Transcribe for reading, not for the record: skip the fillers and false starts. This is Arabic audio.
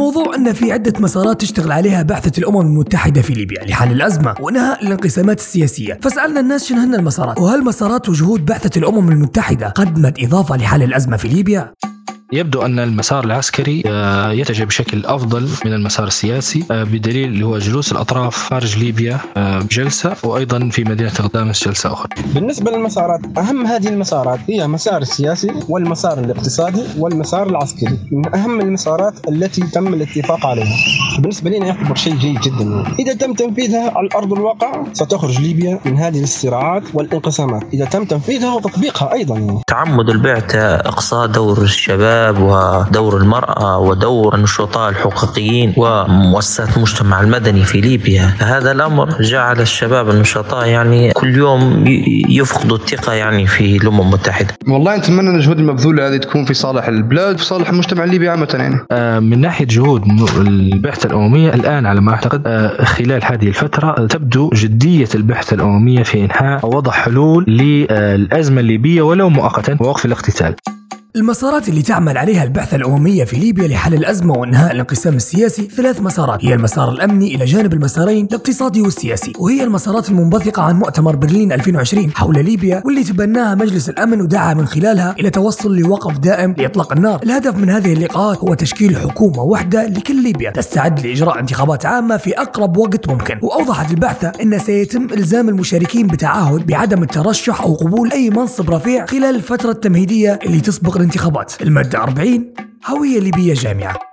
الموضوع أن في عدة مسارات تشتغل عليها بعثة الأمم المتحدة في ليبيا لحل الأزمة وإنهاء الانقسامات السياسية. فسألنا الناس شنو هن المسارات، وهل مسارات وجهود بعثة الأمم المتحدة قدمت إضافة لحل الأزمة في ليبيا؟ يبدو أن المسار العسكري يتجه بشكل أفضل من المسار السياسي، بدليل اللي هو جلوس الأطراف خارج ليبيا بجلسة، وأيضا في مدينة غدامس جلسة أخرى. بالنسبة للمسارات، أهم هذه المسارات هي المسار السياسي والمسار الاقتصادي والمسار العسكري، من أهم المسارات التي تم الاتفاق عليها. بالنسبة لنا يعتبر شيء جيد جدا. إذا تم تنفيذها على أرض الواقع ستخرج ليبيا من هذه الصراعات والانقسامات، إذا تم تنفيذها وتطبيقها أيضا. تعمد البعثة إقصاء دور الشباب ودور المرأة ودور النشطاء الحقوقيين ومؤسسات المجتمع المدني في ليبيا. هذا الأمر جعل الشباب النشطاء يعني كل يوم يفقدوا الثقة يعني في الأمم المتحدة. والله نتمنى أن الجهود المبذولة هذه تكون في صالح البلاد وفي صالح المجتمع الليبي عامة يعني. من ناحية جهود البعثة الأممية الآن على ما أعتقد خلال هذه الفترة تبدو جدية البعثة الأممية في إنهاء ووضع حلول للأزمة الليبية ولو مؤقتا ووقف الاقتتال. المسارات اللي تعمل عليها البعثة الأممية في ليبيا لحل الأزمة وإنهاء الانقسام السياسي 3 مسارات، هي المسار الأمني إلى جانب المسارين الاقتصادي والسياسي، وهي المسارات المنبثقة عن مؤتمر برلين 2020 حول ليبيا واللي تبناها مجلس الأمن ودعا من خلالها إلى توصل لوقف دائم لإطلاق النار. الهدف من هذه اللقاءات هو تشكيل حكومة واحدة لكل ليبيا تستعد لإجراء انتخابات عامة في أقرب وقت ممكن. وأوضحت البعثة أن سيتم إلزام المشاركين بتعهد بعدم الترشح أو قبول أي منصب رفيع خلال الفترة التمهيدية اللي تسبق الانتخابات. المادة 40 هوية ليبية جامعة.